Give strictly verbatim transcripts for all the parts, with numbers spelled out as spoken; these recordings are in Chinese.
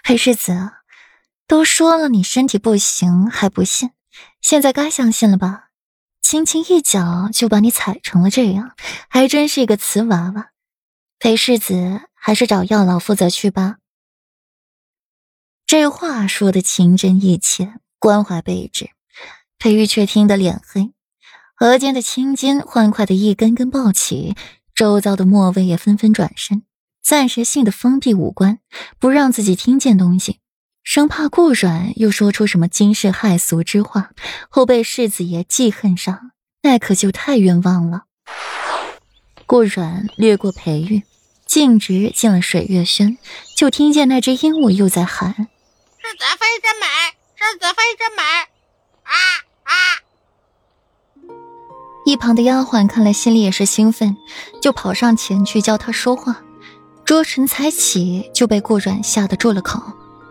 裴世子，都说了你身体不行还不信，现在该相信了吧？轻轻一脚就把你踩成了这样，还真是一个瓷娃娃。裴世子，还是找药老负责去吧。这话说得情真意切，关怀备至，裴玉却听得脸黑，额间的青筋欢快的一根根暴起，周遭的墨卫也纷纷转身，暂时性的封闭五官，不让自己听见东西，生怕顾阮又说出什么惊世骇俗之话，后被世子爷记恨上，那可就太冤枉了。顾阮掠过裴玉，径直进了水月轩，就听见那只鹦鹉又在喊： 世子妃真美，世子妃真美，啊啊！ 一旁的丫鬟看来心里也是兴奋，就跑上前去教他说话。捉唇才起，就被顾阮吓得住了口。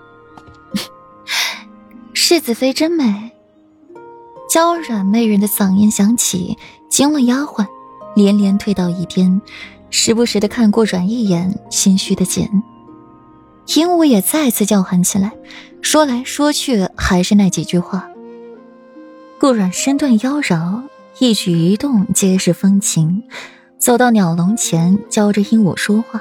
世子妃真美。娇软媚人的嗓音响起，惊了丫鬟，连连退到一边，时不时地看顾阮一眼，心虚的紧。鹦鹉也再次叫喊起来，说来说去还是那几句话。顾阮身段妖娆，一举一动皆是风情，走到鸟笼前，教着鹦鹉说话。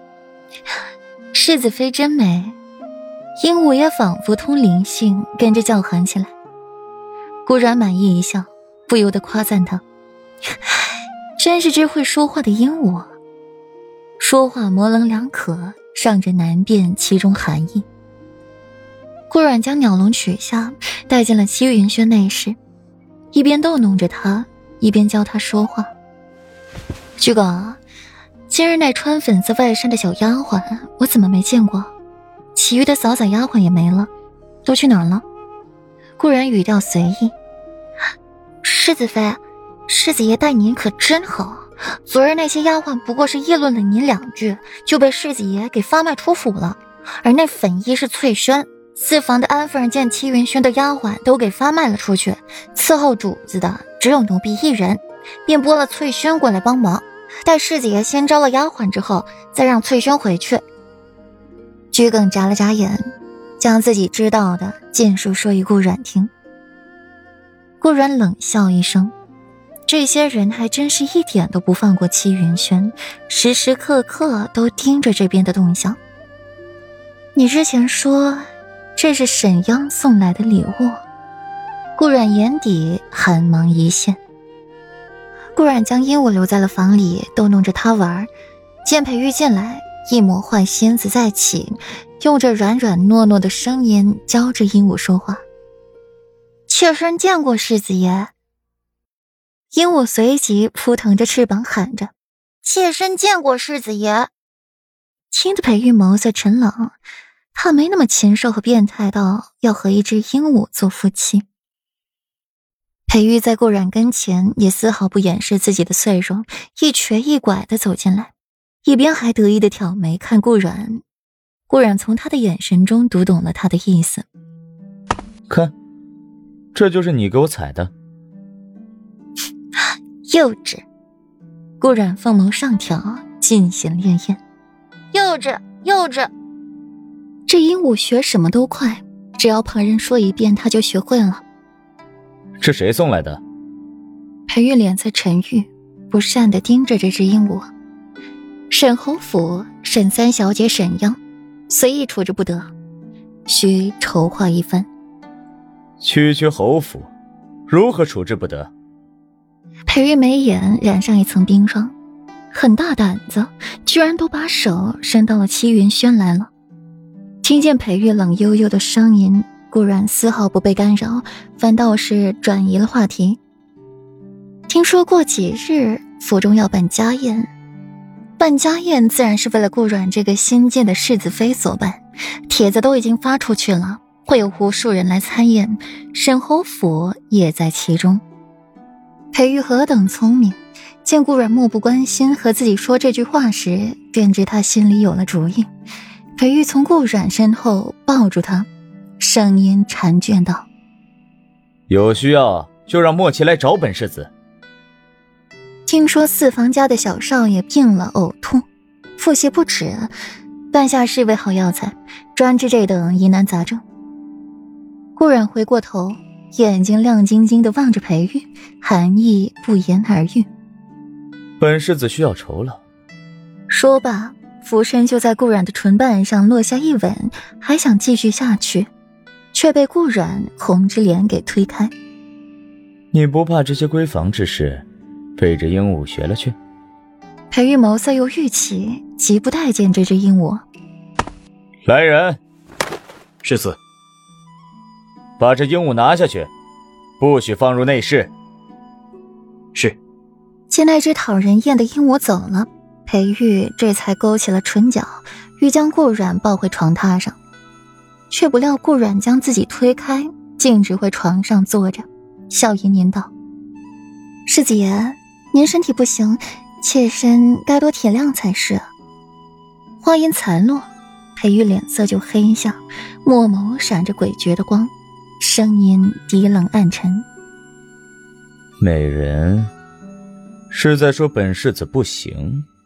世子妃真美。鹦鹉也仿佛通灵性，跟着叫喊起来。顾阮满意一笑，不由得夸赞道：真是只会说话的鹦鹉。说话模棱两可，让人难辨其中含义。顾阮将鸟笼取下，带进了七云轩内室，一边逗弄着他，一边教他说话。居狗，今日那穿粉色外衫的小丫鬟，我怎么没见过？其余的嫂嫂丫鬟也没了，都去哪儿了？顾然语调随意。世子妃，世子爷待您可真好，昨日那些丫鬟不过是议论了您两句，就被世子爷给发卖出府了。而那粉衣是翠轩，四房的安夫人见七云轩的丫鬟都给发卖了出去，伺候主子的只有奴婢一人，便拨了翠轩过来帮忙。待世子爷先招了丫鬟之后，再让翠轩回去。居耿眨了眨眼，将自己知道的尽数说与顾阮听。顾阮冷笑一声，这些人还真是一点都不放过戚云轩，时时刻刻都盯着这边的动向。你之前说这是沈央送来的礼物，顾阮眼底寒芒一现。顾阮将鹦鹉留在了房里，逗弄着他玩，见裴玉进来，一抹坏心思再起，用着软软糯糯的声音教着鹦鹉说话。妾身见过世子爷。鹦鹉随即扑腾着翅膀喊着，妾身见过世子爷。听得裴玉眸色沉冷，他没那么禽兽和变态到要和一只鹦鹉做夫妻。裴玉在顾阮跟前也丝毫不掩饰自己的脆弱，一瘸一拐地走进来，一边还得意地挑眉看顾阮。顾阮从他的眼神中读懂了他的意思。 看，这就是你给我踩的。 幼稚。顾阮凤眸上挑，尽显潋滟。幼稚，幼稚。这鹦鹉学什么都快，只要旁人说一遍他就学会了。 是谁送来的？ 裴玉脸色沉郁，不善地盯着这只鹦鹉。沈侯府沈三小姐沈央，随意处置不得，需筹划一番。 区区侯府，如何处置不得？ 裴玉眉眼染上一层冰霜，很大胆子，居然都把手伸到了戚云轩来了。听见裴玉冷悠悠的声音，顾阮丝毫不被干扰，反倒是转移了话题。听说过几日府中要办家宴，办家宴自然是为了顾阮这个新晋的世子妃所办，帖子都已经发出去了，会有无数人来参宴，沈侯府也在其中。裴玉何等聪明，见顾阮漠不关心和自己说这句话时，便知他心里有了主意。裴玉从顾阮身后抱住他，声音缠倦道： 有需要就让莫奇来找本世子。听说四房家的小少爷病了呕吐，腹泻不止， 半夏是位好药材，专治这等疑难杂症。顾然回过头，眼睛亮晶晶地望着裴玉，含义不言而喻。 本世子需要酬劳。 说罢，俯身就在顾然的唇瓣上落下一吻，还想继续下去，却被顾然红着脸给推开。 你不怕这些闺房之事被这鹦鹉学了去？ 裴玉眸色又愈起，极不待见这只鹦鹉。 来人！ 世子。 把这鹦鹉拿下去，不许放入内室。 是。 见那只讨人厌的鹦鹉走了，裴玉这才勾起了唇角，欲将顾阮抱回床榻上，却不料顾阮将自己推开，径直回床上坐着，笑吟吟道：世子爷，您身体不行，妾身该多体谅才是。话音才落，裴玉脸色就黑下，墨眸闪着诡谲的光，声音低冷暗沉： 美人是在说本世子不行？